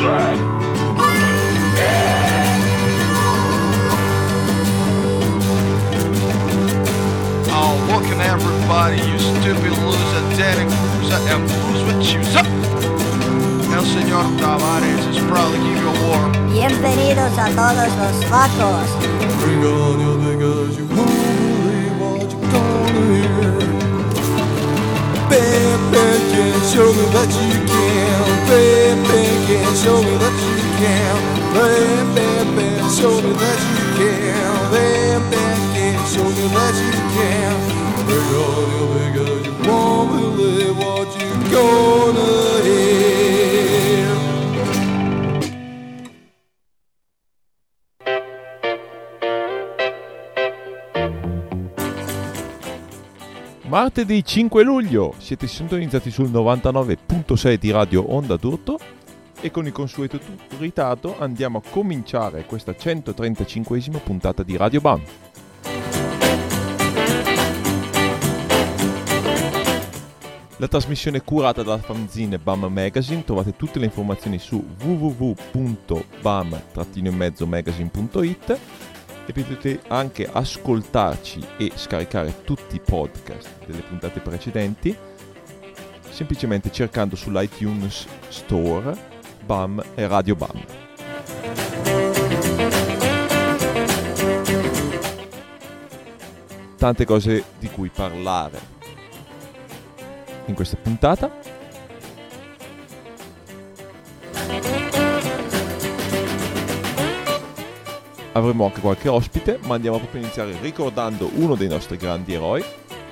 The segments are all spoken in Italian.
track. Oh, looking everybody, you stupid loser, Danny Cruiser, and who's with you? El señor Tavares is proud to give you a war. Bienvenidos a todos los vacos. Bring on your because you won't believe what you're gonna hear. Bam, bam, can show me that you can. Bam, bam, can show me that you can. Bam, bam, bam, show me that you can. Bam, bam, can show me that you can. Bring on your because you won't believe what you're gonna hear. Martedì 5 luglio, siete sintonizzati sul 99.6 di Radio Onda d'Urto e con il consueto ritardo andiamo a cominciare questa 135esima puntata di Radio BAM. La trasmissione è curata dalla fanzine BAM Magazine, trovate tutte le informazioni su www.bam-magazine.it e potete anche ascoltarci e scaricare tutti i podcast delle puntate precedenti semplicemente cercando sull'iTunes Store BAM e Radio BAM. Tante cose di cui parlare in questa puntata. Avremo anche qualche ospite, ma andiamo proprio a iniziare ricordando uno dei nostri grandi eroi,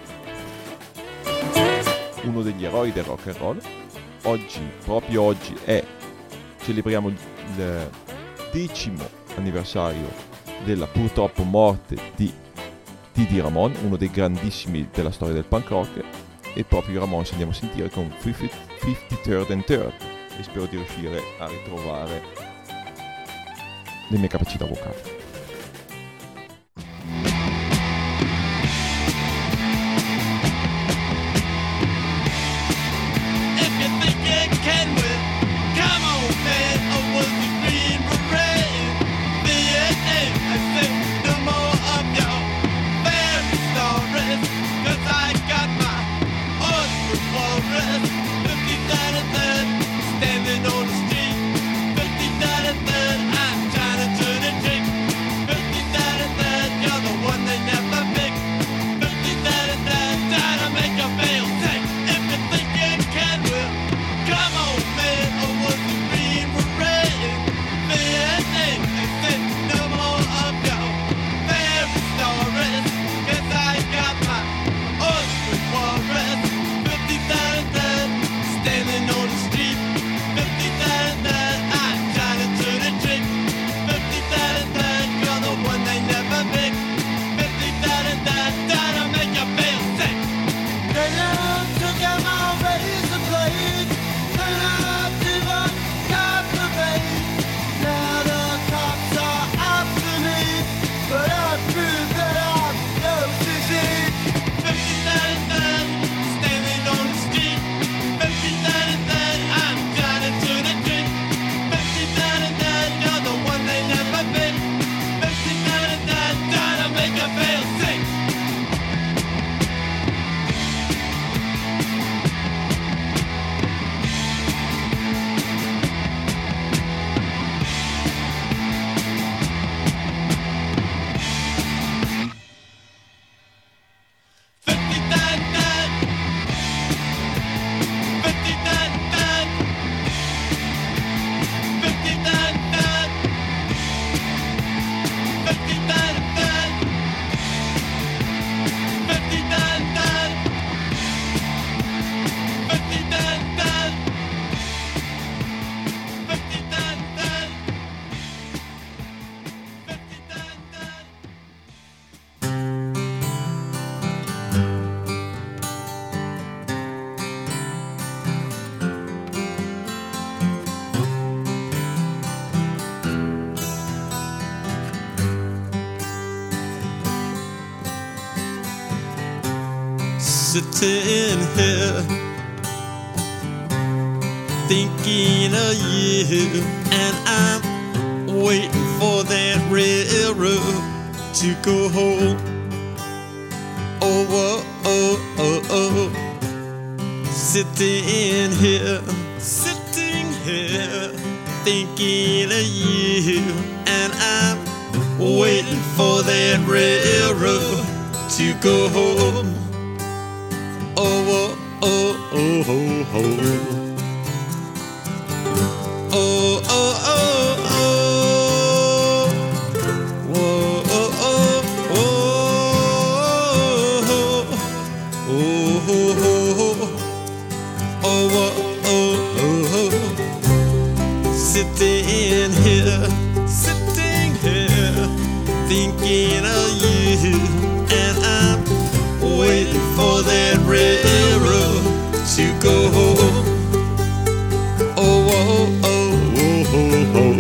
uno degli eroi del rock and roll. Proprio oggi, celebriamo il 10° anniversario della purtroppo morte di Didi Ramon, uno dei grandissimi della storia del punk rock, e proprio i Ramones andiamo a sentire con 53rd and 3rd e spero di riuscire a ritrovare le mie capacità vocali. Sitting here thinking of you, and I'm waiting for that railroad to go home. Oh, oh, oh, oh, oh. Sitting here, thinking of you, and I'm waiting for that railroad to go home. Oh, oh, oh, oh, oh, oh. Oh, oh, oh, oh. Whoa, oh, oh, oh. Oh, oh, oh. Oh, oh, oh, oh. Sitting here, thinking of you, and I'm waiting for that railroad to go home. Oh, oh, oh, oh, oh, oh.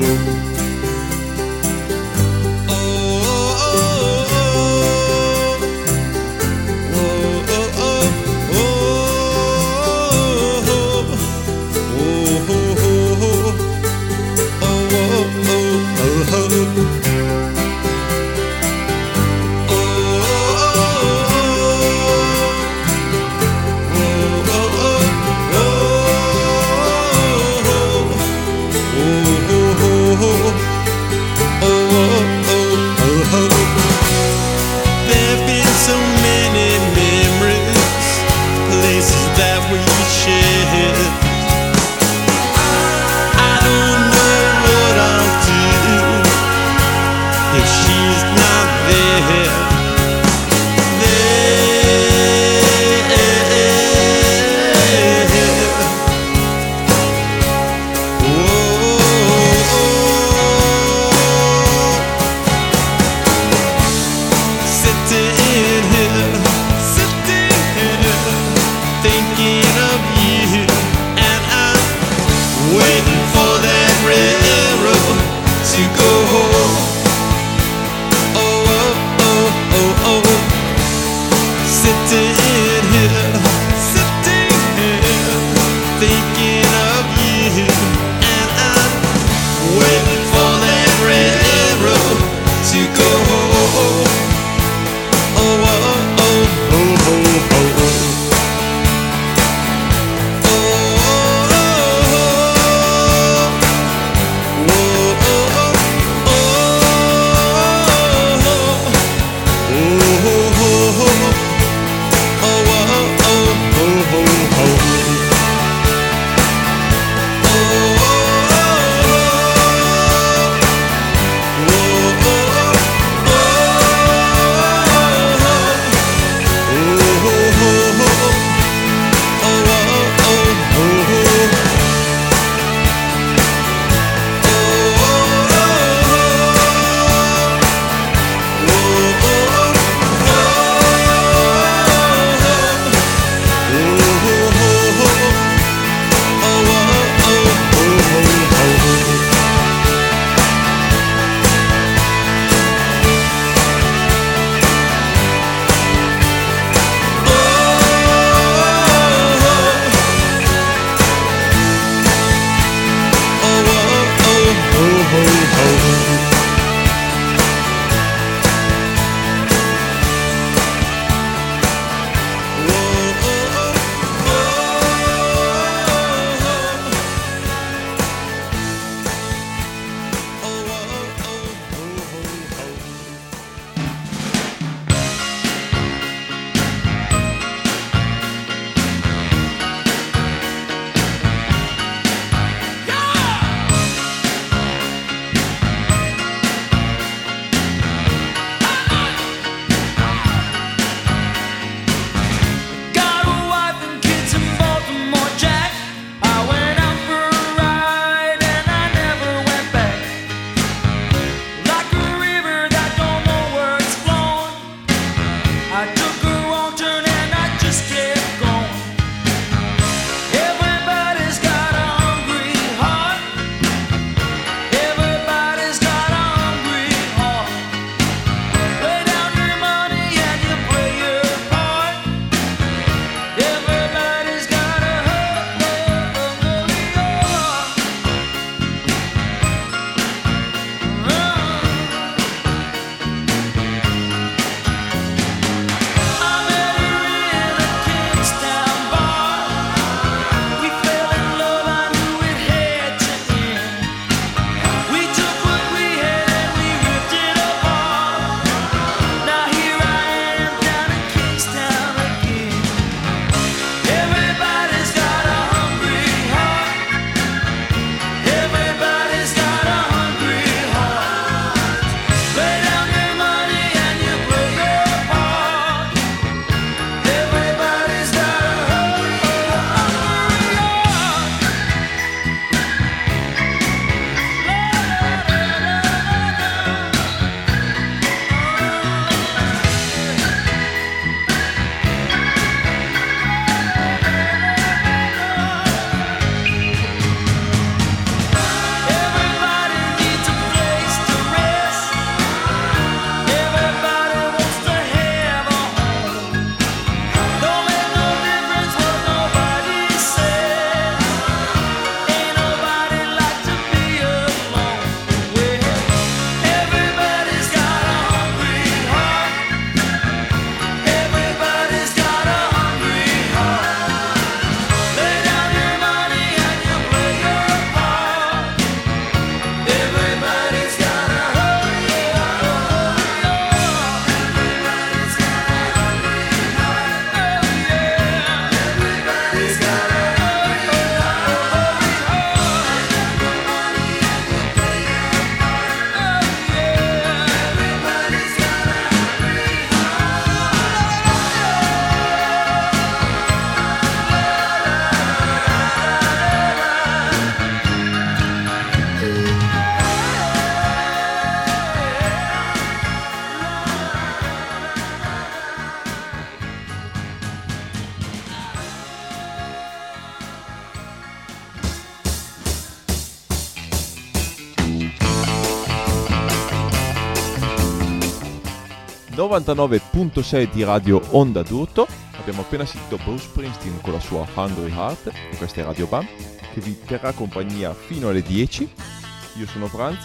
99.6 di Radio Onda d'Urto. Abbiamo appena sentito Bruce Springsteen con la sua Hungry Heart, e questa è Radio Bam, che vi terrà compagnia fino alle 10. Io sono Franz.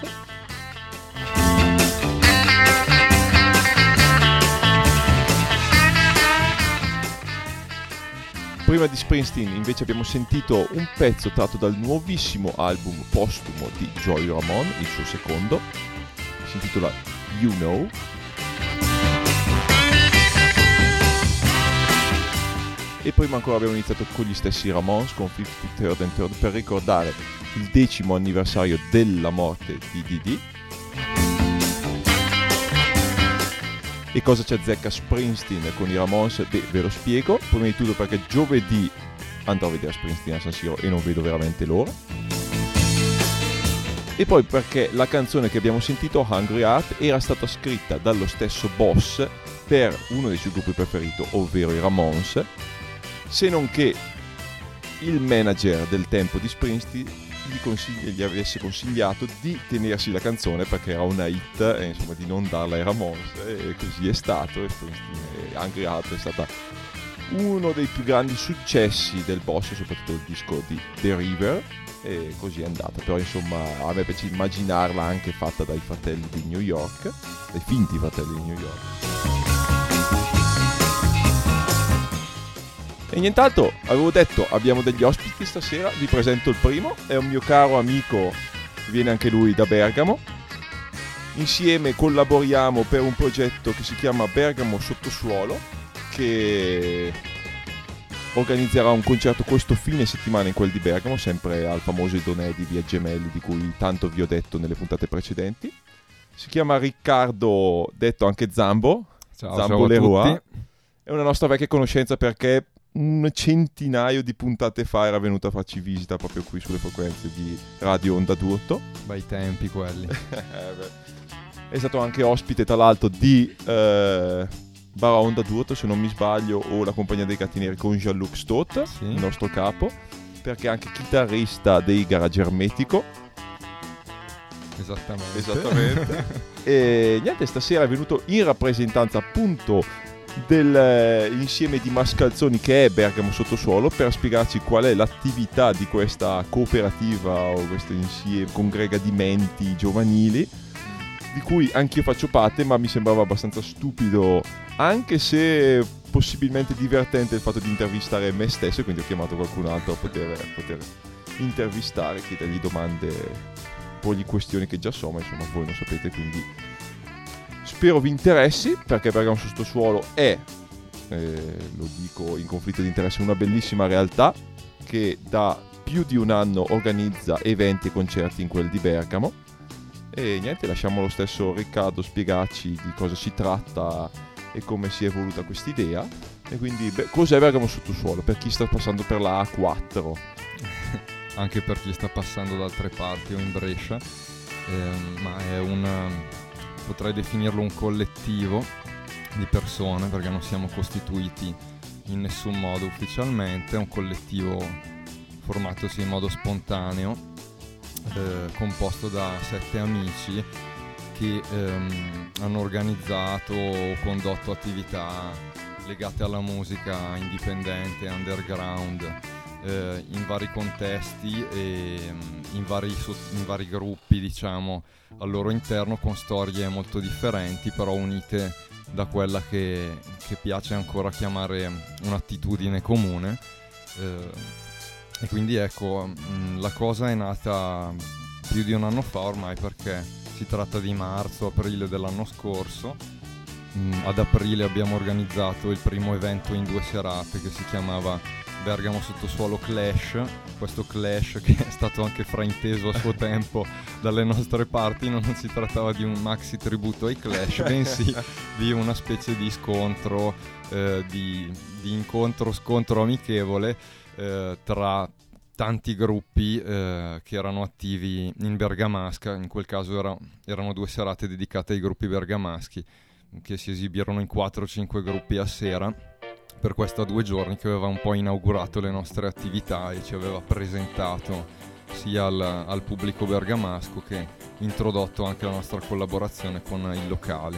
Prima di Springsteen invece abbiamo sentito un pezzo tratto dal nuovissimo album postumo di Joey Ramone, il suo secondo, si intitola You Know. E prima ancora abbiamo iniziato con gli stessi Ramones con 53rd and 3rd per ricordare il 10° anniversario della morte di Dee. E cosa ci azzecca Springsteen con i Ramones? Beh, ve lo spiego. Prima di tutto perché giovedì andrò a vedere Springsteen a San Siro e non vedo veramente l'ora. E poi perché la canzone che abbiamo sentito, Hungry Heart, era stata scritta dallo stesso boss per uno dei suoi gruppi preferiti, ovvero i Ramones, se non che il manager del tempo di Springsteen gli avesse consigliato di tenersi la canzone perché era una hit e insomma di non darla ai Ramones, e così è stato. E Hungry Heart è stata uno dei più grandi successi del boss, soprattutto il disco di The River, e così è andata. Però insomma a me piace immaginarla anche fatta dai fratelli di New York, dai finti fratelli di New York. E nient'altro, avevo detto abbiamo degli ospiti stasera, vi presento il primo, è un mio caro amico, viene anche lui da Bergamo. Insieme collaboriamo per un progetto che si chiama Bergamo Sottosuolo, che organizzerà un concerto questo fine settimana in quel di Bergamo, sempre al famoso Idonè di Via Gemelli, di cui tanto vi ho detto nelle puntate precedenti. Si chiama Riccardo, detto anche Zambo. Ciao, Zambo ciao a Leroy. tutti. È una nostra vecchia conoscenza perché un centinaio di puntate fa era venuto a farci visita proprio qui sulle frequenze di Radio Onda d'Urto. Bei tempi quelli. È stato anche ospite tra l'altro di Bara Onda d'Urto, se non mi sbaglio, o la Compagnia dei Gatti Neri con Jean-Luc Stott, Sì. il nostro capo, perché è anche chitarrista dei Garage Ermetico. Esattamente. E niente, stasera è venuto in rappresentanza appunto dell'insieme di mascalzoni che è Bergamo Sottosuolo, per spiegarci qual è l'attività di questa cooperativa o questo insieme, congrega di menti giovanili, di cui anch'io faccio parte, ma mi sembrava abbastanza stupido, anche se possibilmente divertente, il fatto di intervistare me stesso, e quindi ho chiamato qualcun altro a poter intervistare, chiedergli domande, porgli questioni che già so, ma insomma voi non sapete, quindi spero vi interessi, perché Bergamo Sottosuolo è, lo dico in conflitto di interesse, una bellissima realtà che da più di un anno organizza eventi e concerti in quel di Bergamo. E niente, lasciamo lo stesso Riccardo spiegarci di cosa si tratta e come si è evoluta quest'idea. E quindi cos'è Bergamo Sottosuolo per chi sta passando per la A4? Anche per chi sta passando da altre parti o in Brescia, ma è potrei definirlo un collettivo di persone, perché non siamo costituiti in nessun modo ufficialmente. È un collettivo formatosi in modo spontaneo, composto da 7 amici che hanno organizzato o condotto attività legate alla musica indipendente, underground, in vari contesti e in vari gruppi, diciamo, al loro interno, con storie molto differenti, però unite da quella che piace ancora chiamare un'attitudine comune. E quindi ecco, la cosa è nata più di un anno fa ormai, perché si tratta di marzo-aprile dell'anno scorso. Ad aprile abbiamo organizzato il primo evento in 2 serate che si chiamava Bergamo Sottosuolo Clash. Questo Clash, che è stato anche frainteso a suo tempo dalle nostre parti, non si trattava di un maxi tributo ai Clash, bensì di una specie di scontro, di incontro-scontro amichevole tra tanti gruppi che erano attivi in bergamasca. In quel caso erano 2 serate dedicate ai gruppi bergamaschi, che si esibirono in 4-5 gruppi a sera per questa 2 giorni, che aveva un po' inaugurato le nostre attività e ci aveva presentato sia al pubblico bergamasco che introdotto anche la nostra collaborazione con il locale.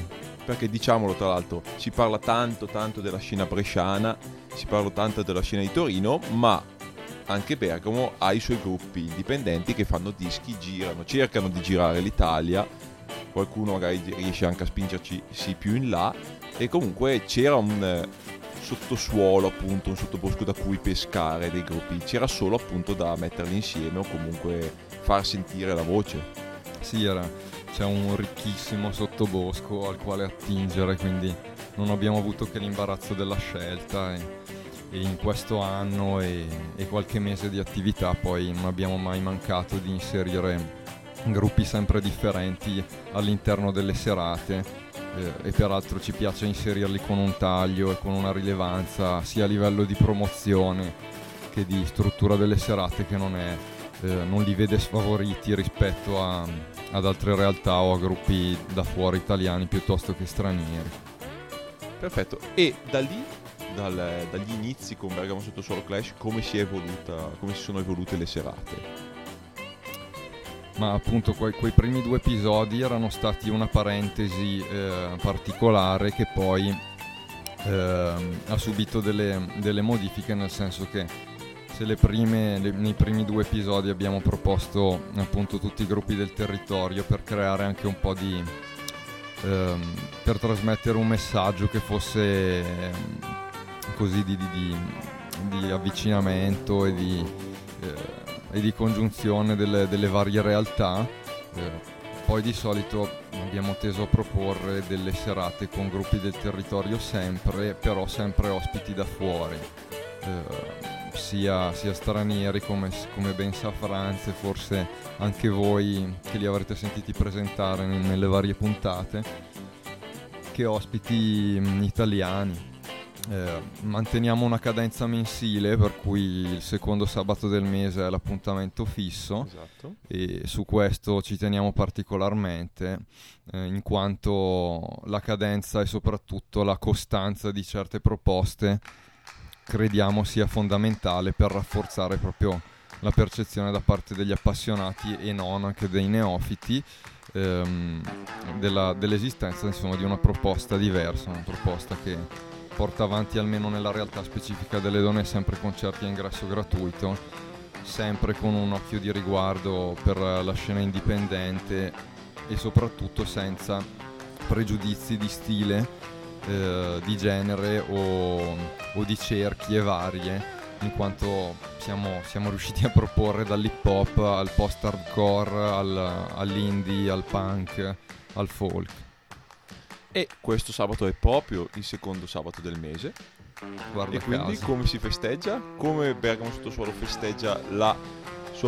perché diciamolo, tra l'altro, si parla tanto della scena bresciana, si parla tanto della scena di Torino, ma anche Bergamo ha i suoi gruppi indipendenti che fanno dischi, cercano di girare l'Italia, qualcuno magari riesce anche a spingerci più in là, e comunque c'era un sottosuolo, appunto, un sottobosco da cui pescare dei gruppi, c'era solo appunto da metterli insieme o comunque far sentire la voce. Sì, c'è un ricchissimo sottobosco al quale attingere, quindi non abbiamo avuto che l'imbarazzo della scelta, e in questo anno e qualche mese di attività poi non abbiamo mai mancato di inserire gruppi sempre differenti all'interno delle serate, e peraltro ci piace inserirli con un taglio e con una rilevanza sia a livello di promozione che di struttura delle serate, che non li vede sfavoriti rispetto ad altre realtà o a gruppi da fuori italiani piuttosto che stranieri. Perfetto. E da lì, dagli inizi con Bergamo Sottosuolo Clash, come si sono evolute le serate? Ma appunto quei primi 2 episodi erano stati una parentesi particolare che poi ha subito delle modifiche, nel senso che se nei primi 2 episodi abbiamo proposto appunto tutti i gruppi del territorio per creare anche un po' per trasmettere un messaggio che fosse così di avvicinamento e di congiunzione delle varie realtà. Poi di solito abbiamo teso a proporre delle serate con gruppi del territorio però sempre ospiti da fuori, sia stranieri come ben sa Franz, e forse anche voi che li avrete sentiti presentare nelle varie puntate, che ospiti italiani. Manteniamo una cadenza mensile, per cui il secondo sabato del mese è l'appuntamento fisso. Esatto. E su questo ci teniamo particolarmente, in quanto la cadenza e soprattutto la costanza di certe proposte crediamo sia fondamentale per rafforzare proprio la percezione da parte degli appassionati e non anche dei neofiti dell'esistenza, insomma, di una proposta diversa, una proposta che porta avanti, almeno nella realtà specifica delle donne, sempre concerti a ingresso gratuito, sempre con un occhio di riguardo per la scena indipendente e soprattutto senza pregiudizi di stile, di genere o di cerchie varie, in quanto siamo riusciti a proporre dall'hip hop al post-hardcore all'indie, al punk, al folk. E questo sabato è proprio il secondo sabato del mese. Guarda e quindi caso. come si festeggia? Come Bergamo Sottosuolo festeggia il suo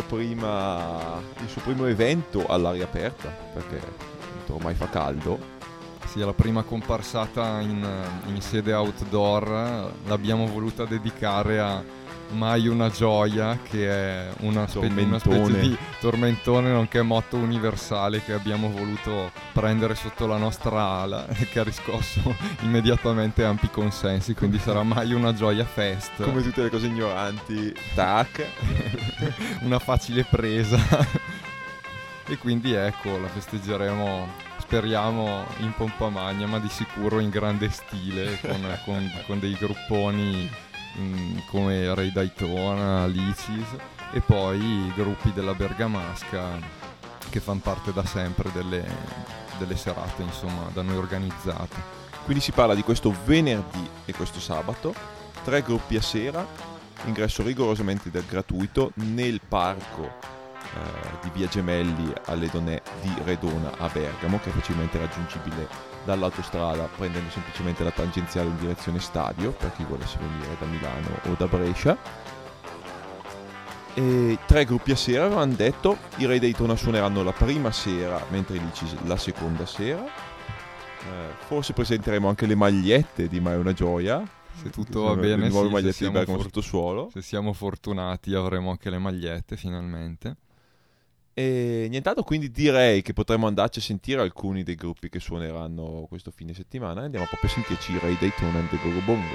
primo evento all'aria aperta? Perché ormai fa caldo. Sì, la prima comparsata in sede outdoor l'abbiamo voluta dedicare a Mai una gioia, che è una specie di tormentone, nonché motto universale che abbiamo voluto prendere sotto la nostra ala e che ha riscosso immediatamente ampi consensi, quindi sarà Mai una gioia fest. Come tutte le cose ignoranti, tac, una facile presa. E quindi ecco, la festeggeremo, speriamo in pompa magna, ma di sicuro in grande stile, con dei grupponi come Ray Daytona, Licis, e poi i gruppi della Bergamasca che fanno parte da sempre delle serate, insomma, da noi organizzate. Quindi si parla di questo venerdì e questo sabato, 3 gruppi a sera, ingresso rigorosamente gratuito nel parco di Via Gemelli alle Donè di Redona a Bergamo, che è facilmente raggiungibile dall'autostrada prendendo semplicemente la tangenziale in direzione stadio per chi volesse venire da Milano o da Brescia. E 3 gruppi a sera avevano detto. I Ray Daytona suoneranno la prima sera, mentre i Licis la seconda sera. Forse presenteremo anche le magliette di Mai una gioia, se tutto va bene. Le nuove magliette di Bergamo Sottosuolo. Se siamo fortunati avremo anche le magliette finalmente. E nient'altro, quindi direi che potremmo andarci a sentire alcuni dei gruppi che suoneranno questo fine settimana. Andiamo proprio a sentirci i Ray Daytona and the Go Go Bongo.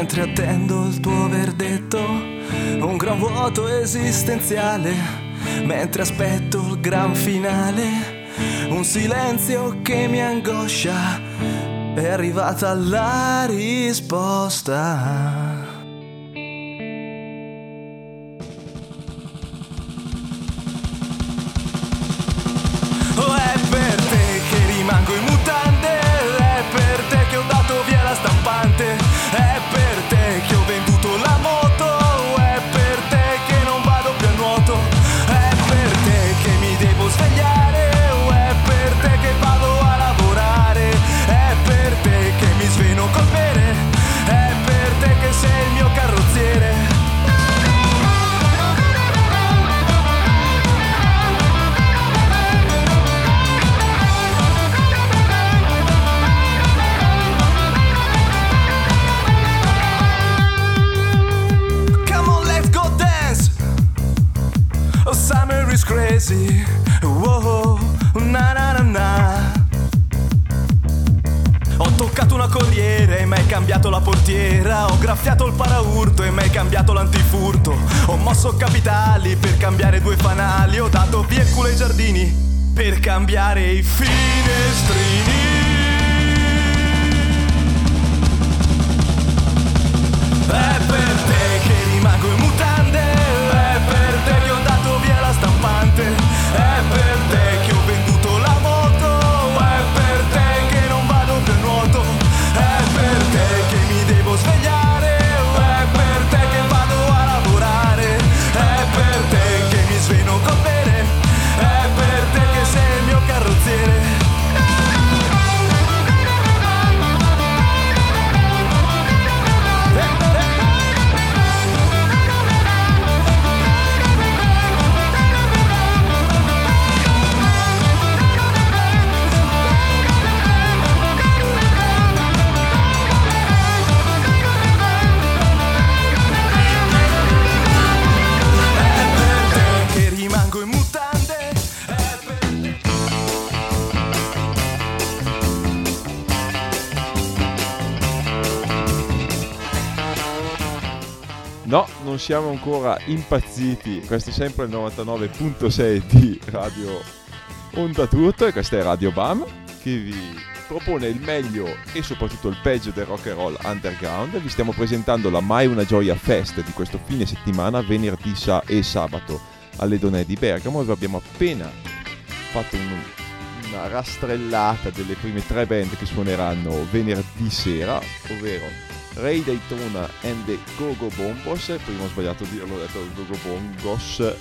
mentre attendo il tuo verdetto, un gran vuoto esistenziale, mentre aspetto il gran finale, un silenzio che mi angoscia, è arrivata la risposta. È per te che rimango in mutande, è per te che ho dato via la stampante, è per te che ho venduto la moto, è per te che non vado più a nuoto, è per te che mi devo svegliare, è per te che vado a lavorare, è per te che mi sveno col bere, è per te che sei il mio carrozziere. Summer is crazy, whoa, na na na na. Ho toccato una corriera e mi hai cambiato la portiera, ho graffiato il paraurto e mi hai cambiato l'antifurto, ho mosso capitali per cambiare 2 fanali, ho dato via il culo ai giardini per cambiare i finestrini. È per te che rimango in mutande, è per te che ho dato via la stampante, è per te che ho venduto la moto, è per te che non vado più a nuoto, è per te che mi devo svegliare, è per te che vado a lavorare, è per te che mi sveno col bere, è per te che sei il mio carrozziere. No, non siamo ancora impazziti. Questo è sempre il 99.6 di Radio Onda Tutto e questa è Radio Bam, che vi propone il meglio e soprattutto il peggio del rock and roll underground. Vi stiamo presentando la Mai Una Gioia Fest di questo fine settimana, venerdì e sabato alle Donne di Bergamo, e vi abbiamo appena fatto una rastrellata delle prime 3 band che suoneranno venerdì sera, ovvero Ray Daytona and the Go-Go Bombos. Prima ho sbagliato a dirlo, ho detto Go-Go Bongos.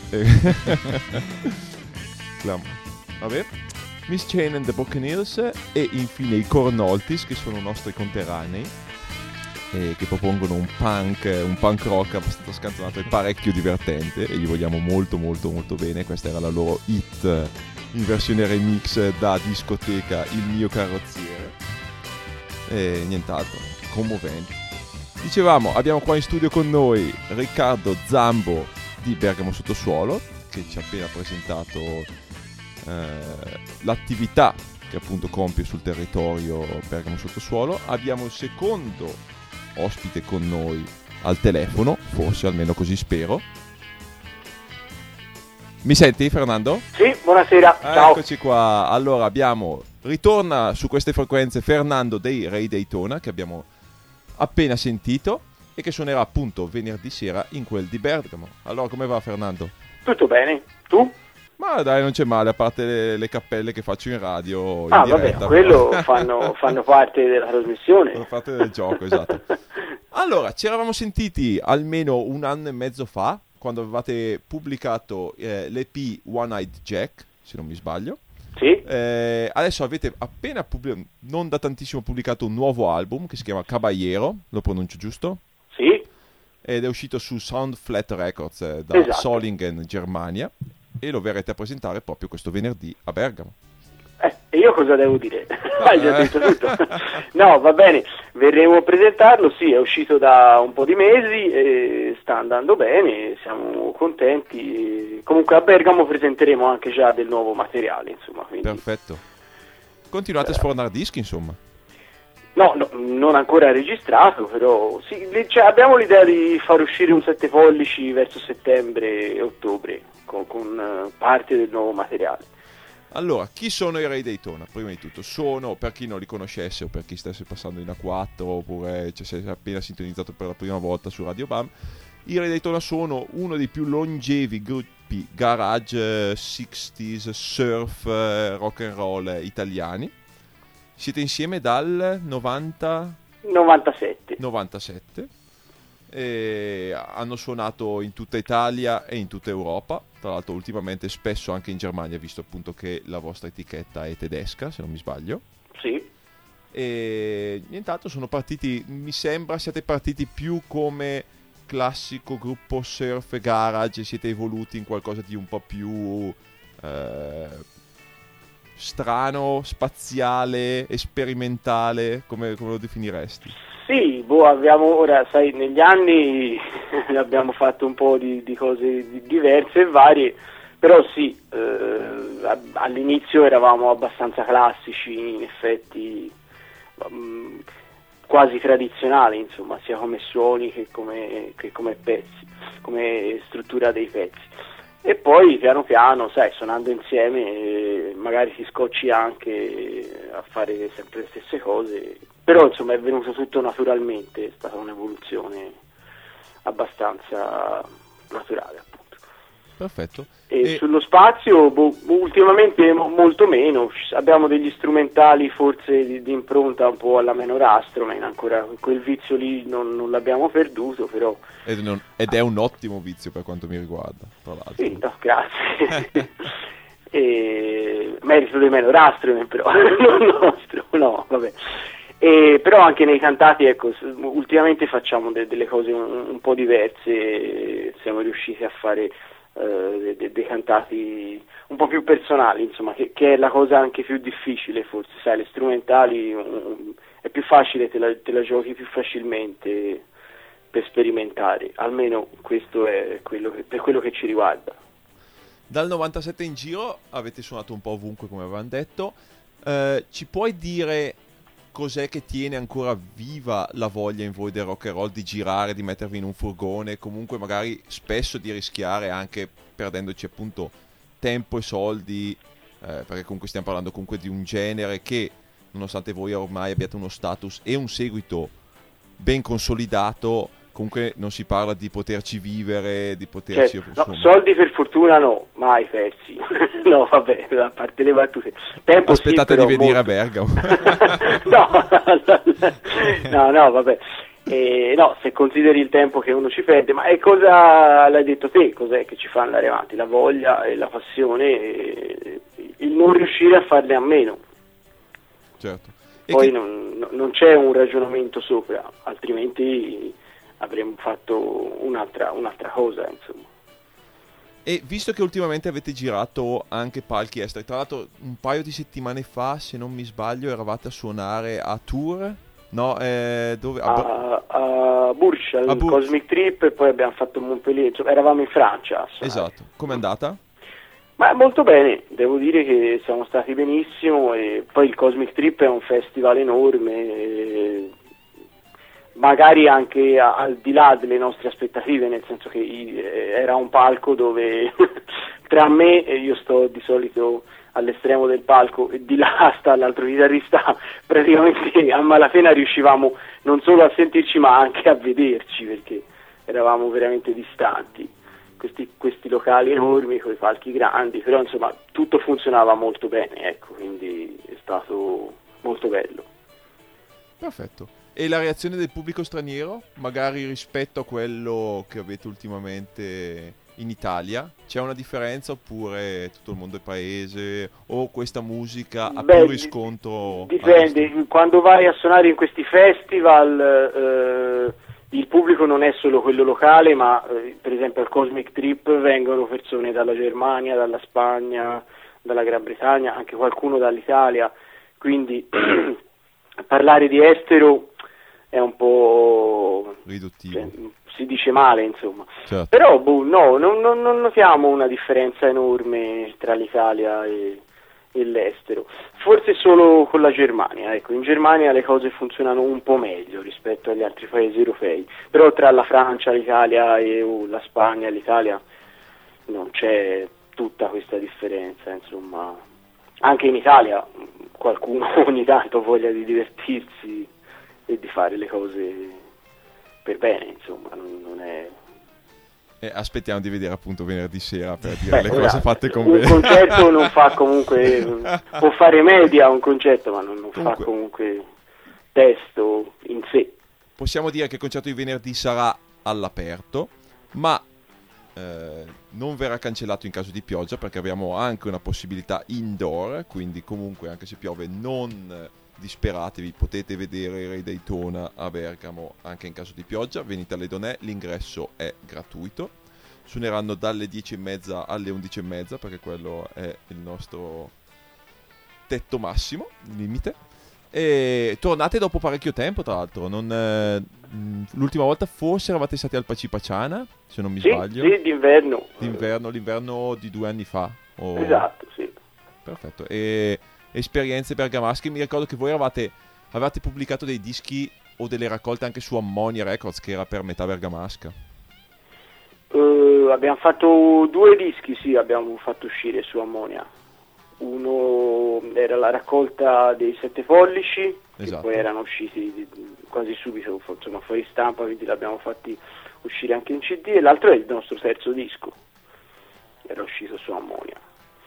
Vabbè. Miss Chain and the Buccaneers e infine i Cornoltis, che sono nostri conterranei, che propongono un punk rock abbastanza scanzonato e parecchio divertente, e gli vogliamo molto molto molto bene. Questa era la loro hit in versione remix da discoteca, Il mio carrozziere, e nient'altro, commovente. Dicevamo, abbiamo qua in studio con noi Riccardo Zambo di Bergamo Sottosuolo, che ci ha appena presentato l'attività che appunto compie sul territorio Bergamo Sottosuolo. Abbiamo il secondo ospite con noi al telefono, forse, almeno così spero. Mi senti, Fernando? Sì, buonasera, ciao. Eccoci qua. Allora ritorna su queste frequenze Fernando dei Ray Daytona, che abbiamo appena sentito e che suonerà appunto venerdì sera in quel di Bergamo. Allora, come va, Fernando? Tutto bene, tu? Ma dai, non c'è male, a parte le cappelle che faccio in radio in Vabbè, diretta. quello fanno parte della trasmissione. Fanno parte del gioco, esatto. Allora, ci eravamo sentiti almeno 1 anno e mezzo fa, quando avevate pubblicato l'EP One Eyed Jack, se non mi sbaglio. Sì. Adesso avete appena non da tantissimo pubblicato un nuovo album che si chiama Caballero, lo pronuncio giusto? Sì. Ed è uscito su Sound Flat Records da Esatto. Solingen, Germania, e lo verrete a presentare proprio questo venerdì a Bergamo. E io cosa devo dire? Hai già detto tutto. No, va bene, verremo a presentarlo, sì, è uscito da un po' di mesi e sta andando bene, siamo contenti. Comunque a Bergamo presenteremo anche già del nuovo materiale, insomma. Quindi, perfetto. Continuate a sfornare dischi, insomma. No, non ancora registrato, però sì, abbiamo l'idea di far uscire un 7 pollici verso settembre e ottobre con parte del nuovo materiale. Allora, chi sono i Re Daytona? Prima di tutto, sono, per chi non li conoscesse o per chi stesse passando in A4 oppure si è appena sintonizzato per la prima volta su Radio Bam, i Re Daytona sono uno dei più longevi gruppi garage, 60s, surf, rock and roll italiani. Siete insieme dal 97. E hanno suonato in tutta Italia e in tutta Europa, tra l'altro ultimamente spesso anche in Germania, visto appunto che la vostra etichetta è tedesca, se non mi sbaglio. Sì. E nient'altro, sono partiti, mi sembra siate partiti più come classico gruppo surf e garage e siete evoluti in qualcosa di un po' più strano, spaziale, sperimentale, come lo definiresti? Sì, abbiamo ora, sai, negli anni abbiamo fatto un po' di cose diverse e varie, però sì, all'inizio eravamo abbastanza classici, in effetti quasi tradizionali, insomma, sia come suoni che come pezzi, come struttura dei pezzi. E poi piano piano, sai, suonando insieme magari si scocci anche a fare sempre le stesse cose, però insomma è venuto tutto naturalmente, è stata un'evoluzione abbastanza naturale, appunto. Perfetto. E sullo spazio ultimamente molto meno, abbiamo degli strumentali forse di impronta un po' alla Menor Astroman, ancora quel vizio lì non l'abbiamo perduto, però ed è un ottimo vizio per quanto mi riguarda, tra l'altro. Sì, no, grazie. Merito dei Menor Astroman, però non nostro, no, vabbè. Però anche nei cantati, ecco, ultimamente facciamo delle cose un po' diverse, siamo riusciti a fare dei cantati un po' più personali, insomma, che è la cosa anche più difficile forse, sai, le strumentali è più facile, te la giochi più facilmente per sperimentare, almeno questo è per quello che ci riguarda. Dal 97 in giro avete suonato un po' ovunque, come avevamo detto. Ci puoi dire cos'è che tiene ancora viva la voglia in voi del rock and roll di girare, di mettervi in un furgone, comunque magari spesso di rischiare anche perdendoci appunto tempo e soldi, perché comunque stiamo parlando comunque di un genere che, nonostante voi ormai abbiate uno status e un seguito ben consolidato, comunque non si parla di poterci vivere, di poterci... Certo, no, soldi per fortuna no, mai persi. No, vabbè, a parte le battute. Tempo aspettate sì, di venire molto. a Bergamo. No, vabbè. No, se consideri il tempo che uno ci perde, ma cosa l'hai detto te, cos'è che ci fa andare avanti? La voglia e la passione e il non riuscire a farne a meno. Certo. Poi non c'è un ragionamento sopra, altrimenti avremmo fatto un'altra cosa, insomma. E visto che ultimamente avete girato anche palchi esteri, tra l'altro un paio di settimane fa, se non mi sbaglio, eravate a suonare a Tours, no? Dove? A Bourges, al Cosmic Trip, e poi abbiamo fatto Montpellier, insomma, eravamo in Francia a suonare. Esatto, com'è andata? Ma molto bene, devo dire che siamo stati benissimo, e poi il Cosmic Trip è un festival enorme, magari anche al di là delle nostre aspettative, nel senso che era un palco dove tra me, e io sto di solito all'estremo del palco e di là sta l'altro chitarrista, praticamente a malapena riuscivamo non solo a sentirci ma anche a vederci, perché eravamo veramente distanti, questi locali enormi con i palchi grandi, però insomma tutto funzionava molto bene, ecco, quindi è stato molto bello. Perfetto. E la reazione del pubblico straniero, magari rispetto a quello che avete ultimamente in Italia? C'è una differenza oppure tutto il mondo è paese o questa musica ha più riscontro? Dipende, quando vai a suonare in questi festival il pubblico non è solo quello locale, ma per esempio al Cosmic Trip vengono persone dalla Germania, dalla Spagna, dalla Gran Bretagna, anche qualcuno dall'Italia, quindi parlare di estero è un po' riduttivo, cioè, si dice male, insomma. Certo. Però no, non notiamo una differenza enorme tra l'Italia e e l'estero. Forse solo con la Germania, ecco, in Germania le cose funzionano un po' meglio rispetto agli altri paesi europei, però tra la Francia, l'Italia e la Spagna e l'Italia non c'è tutta questa differenza, insomma. Anche in Italia qualcuno ogni tanto ha voglia di divertirsi e di fare le cose per bene, insomma, non è... aspettiamo di vedere appunto venerdì sera per dire le cose fatte con un concerto non fa comunque, può fare media un concerto, ma non fa comunque testo in sé. Possiamo dire che il concerto di venerdì sarà all'aperto, ma non verrà cancellato in caso di pioggia, perché abbiamo anche una possibilità indoor, quindi comunque anche se piove non disperatevi, potete vedere i Re Daytona a Bergamo anche in caso di pioggia. Venite alle Donè, l'ingresso è gratuito, suoneranno dalle 10:30 alle 11:30 perché quello è il nostro tetto massimo, limite, e tornate dopo parecchio tempo, tra l'altro. L'ultima volta forse eravate stati al Pacipaciana, se non mi sbaglio. Sì, d'inverno. L'inverno di 2 anni fa. Esatto, sì. Perfetto. E esperienze bergamasche, mi ricordo che voi avevate pubblicato dei dischi o delle raccolte anche su Ammonia Records, che era per metà bergamasca. Abbiamo fatto 2 dischi, sì, abbiamo fatto uscire su Ammonia. Uno era la raccolta dei 7 pollici, esatto, che poi erano usciti quasi subito, insomma, fuori stampa, quindi l'abbiamo fatti uscire anche in CD, e l'altro è il nostro terzo disco, era uscito su Ammonia.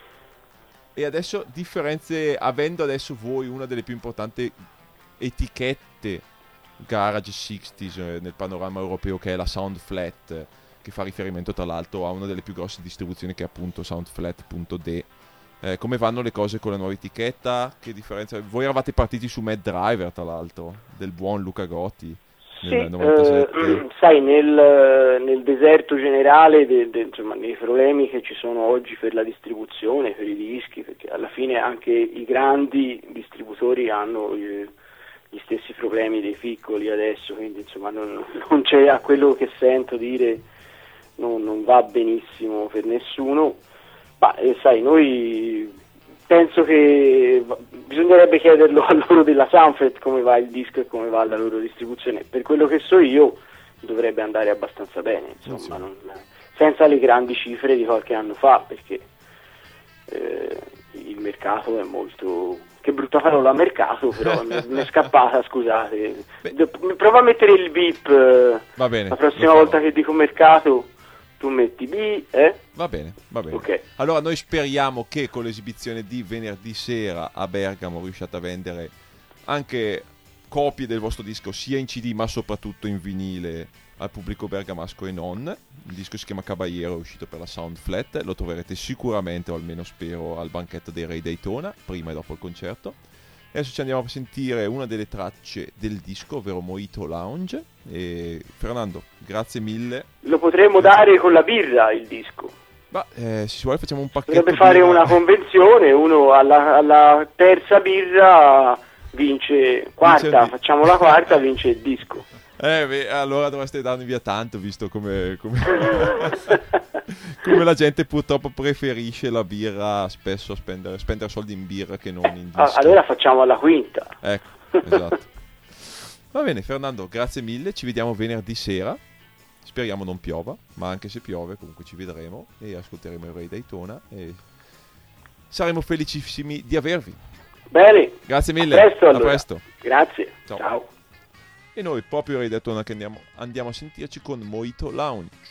E adesso differenze, avendo adesso voi una delle più importanti etichette garage 60s nel panorama europeo, che è la Soundflat, che fa riferimento tra l'altro a una delle più grosse distribuzioni, che è appunto soundflat.de. Come vanno le cose con la nuova etichetta? Che differenza? Voi eravate partiti su Mad Driver, tra l'altro, del buon Luca Gotti nel 97. Sai, nel deserto generale, insomma, nei problemi che ci sono oggi per la distribuzione, per i dischi, perché alla fine anche i grandi distributori hanno gli stessi problemi dei piccoli adesso, quindi insomma non c'è, a quello che sento dire, non va benissimo per nessuno. Ma sai, noi penso che bisognerebbe chiederlo a loro della Soundflat come va il disco e come va la loro distribuzione. Per quello che so io dovrebbe andare abbastanza bene, insomma, senza le grandi cifre di qualche anno fa, perché il mercato è molto... Che brutta parola, mercato, però mi è scappata, scusate. Prova a mettere il beep. Va bene, la prossima volta che dico mercato tu metti B, Va bene. Okay. Allora noi speriamo che con l'esibizione di venerdì sera a Bergamo riusciate a vendere anche copie del vostro disco, sia in CD ma soprattutto in vinile, al pubblico bergamasco e non. Il disco si chiama Caballero, è uscito per la Soundflat, lo troverete sicuramente, o almeno spero, al banchetto dei Re Daytona, prima e dopo il concerto. Adesso ci andiamo a sentire una delle tracce del disco, ovvero Mojito Lounge. E Fernando, grazie mille. Lo potremmo dare con la birra, il disco. Ma se si vuole facciamo un pacchetto. Dovrebbe fare una convenzione, uno alla terza birra vince quarta, facciamo la quarta, vince il disco. Allora dovreste darmi via tanto, visto come la gente purtroppo preferisce la birra spesso a spendere soldi in birra che non in disco. Allora facciamo alla quinta. Ecco, esatto. Va bene Fernando, grazie mille, ci vediamo venerdì sera. Speriamo non piova, ma anche se piove comunque ci vedremo e ascolteremo il Re Daytona e saremo felicissimi di avervi. Bene. Grazie mille. A presto. Grazie. Ciao. E noi proprio Re Daytona che andiamo a sentirci con Mojito Lounge.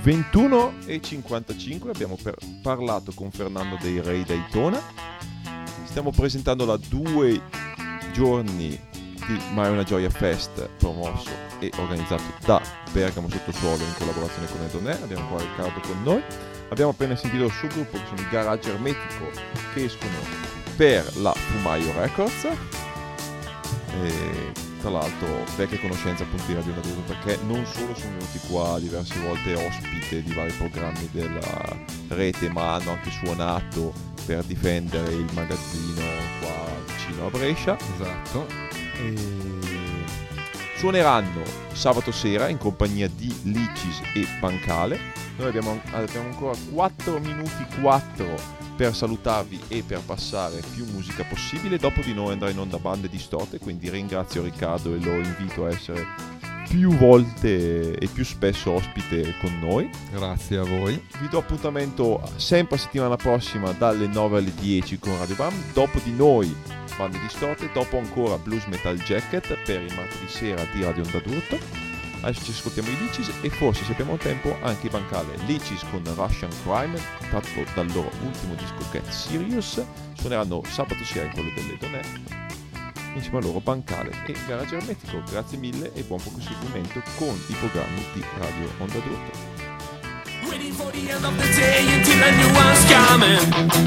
21:55 abbiamo parlato con Fernando dei Re Daytona. Stiamo presentando la 2 giorni di Mai Una Gioia Fest, promosso e organizzato da Bergamo Sottosuolo in collaborazione con Edonè. Abbiamo qua Riccardo con noi. Abbiamo appena sentito il suo gruppo, che sono i Garage Ermetico, che escono per la Fumaio Records. E tra l'altro vecchia conoscenza appunto di Radio Onda d'Urto, perché non solo sono venuti qua diverse volte ospite di vari programmi della rete, ma hanno anche suonato per difendere il magazzino qua vicino a Brescia. Esatto. E suoneranno sabato sera in compagnia di Licis e Pancale. Noi abbiamo ancora 4 minuti 4 per salutarvi e per passare più musica possibile. Dopo di noi andrà in onda Bande Distorte, quindi ringrazio Riccardo e lo invito a essere più volte e più spesso ospite con noi. Grazie a voi. Vi do appuntamento sempre settimana prossima dalle 9 alle 10 con Radio Bam. Dopo di noi Bande Distorte, dopo ancora Blues Metal Jacket per il martedì sera di Radio Onda d'Urto. Adesso ci ascoltiamo i Licis e forse, se abbiamo tempo, anche i Pancale. Licis con Russian Crime, tratto dal loro ultimo disco Get Serious. Suoneranno sabato sera in quello delle Donè. Insieme a loro Pancale e Garage Ermetico. Grazie mille e buon proseguimento con i programmi di Radio Onda d'Urto. Waiting for the end of the day until a new one's coming.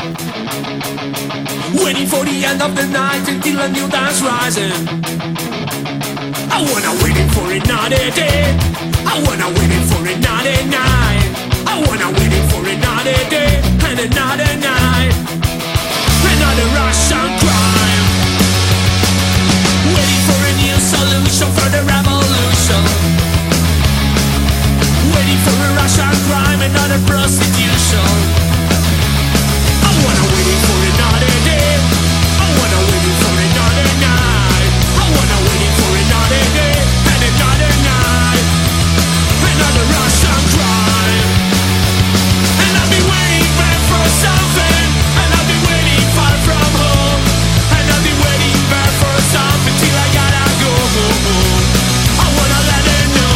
Waiting for the end of the night until a new dance rising. I wanna waiting for another day. I wanna waiting for another night. I wanna waiting for another day and another night. Another Russian crime. Waiting for a new solution for the revolution. Waiting for a Russian crime, another prostitution. I wanna waiting for another day. I wanna waiting for another night. I wanna waiting for another day and another night. Another Russian crime. And I'll be waiting back for something. And I'll be waiting far from home. And I'll be waiting back for something till I gotta go home. I wanna let it know.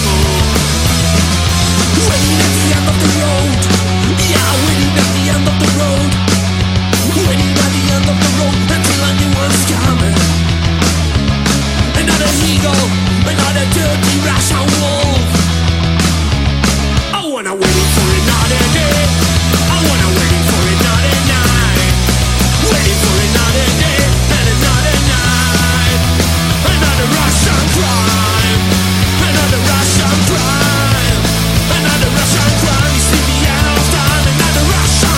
Waiting at the end of the road. Yeah, waiting at the end of the road. Waiting at the end of the road until a new one's coming. Another eagle, another dirty Russian wolf. I wanna wait for another day. I wanna wait for another night. Waiting for another day and another night. Another Russian crime. Another Russian crime. Another Russian crime. You see the end of time. Another Russian.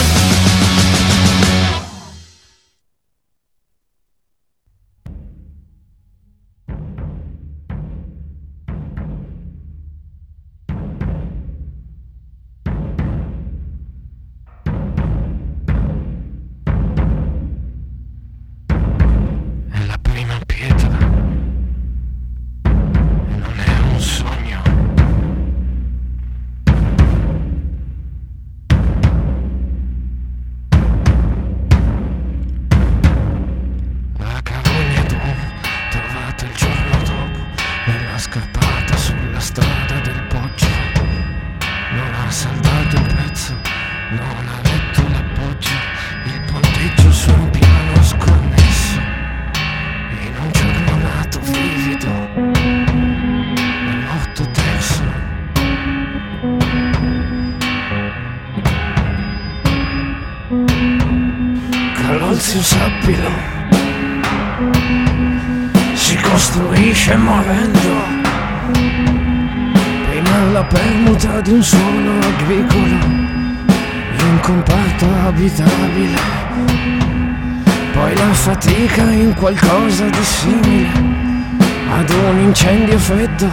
È la prima pietra. E non è un sogno. La carogna d'uomo trovata il giorno dopo nella scarpata sulla strada del Poggio. Non ha saldato il pezzo, non ha letto l'appoggio, il ponteggio su un piano sconnesso. In un giorno nato vivido, è morto terzo. Calolzio sappilo, si costruisce morendo. Prima la permuta di un suolo agricolo in un comparto abitabile, poi la fatica in qualcosa di simile ad un incendio freddo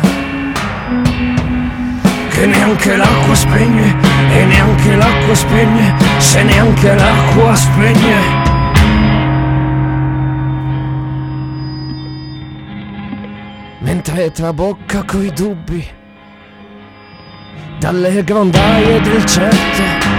che neanche l'acqua spegne e neanche l'acqua spegne se neanche l'acqua spegne. Mentre trabocca coi dubbi dalle grondaie del certo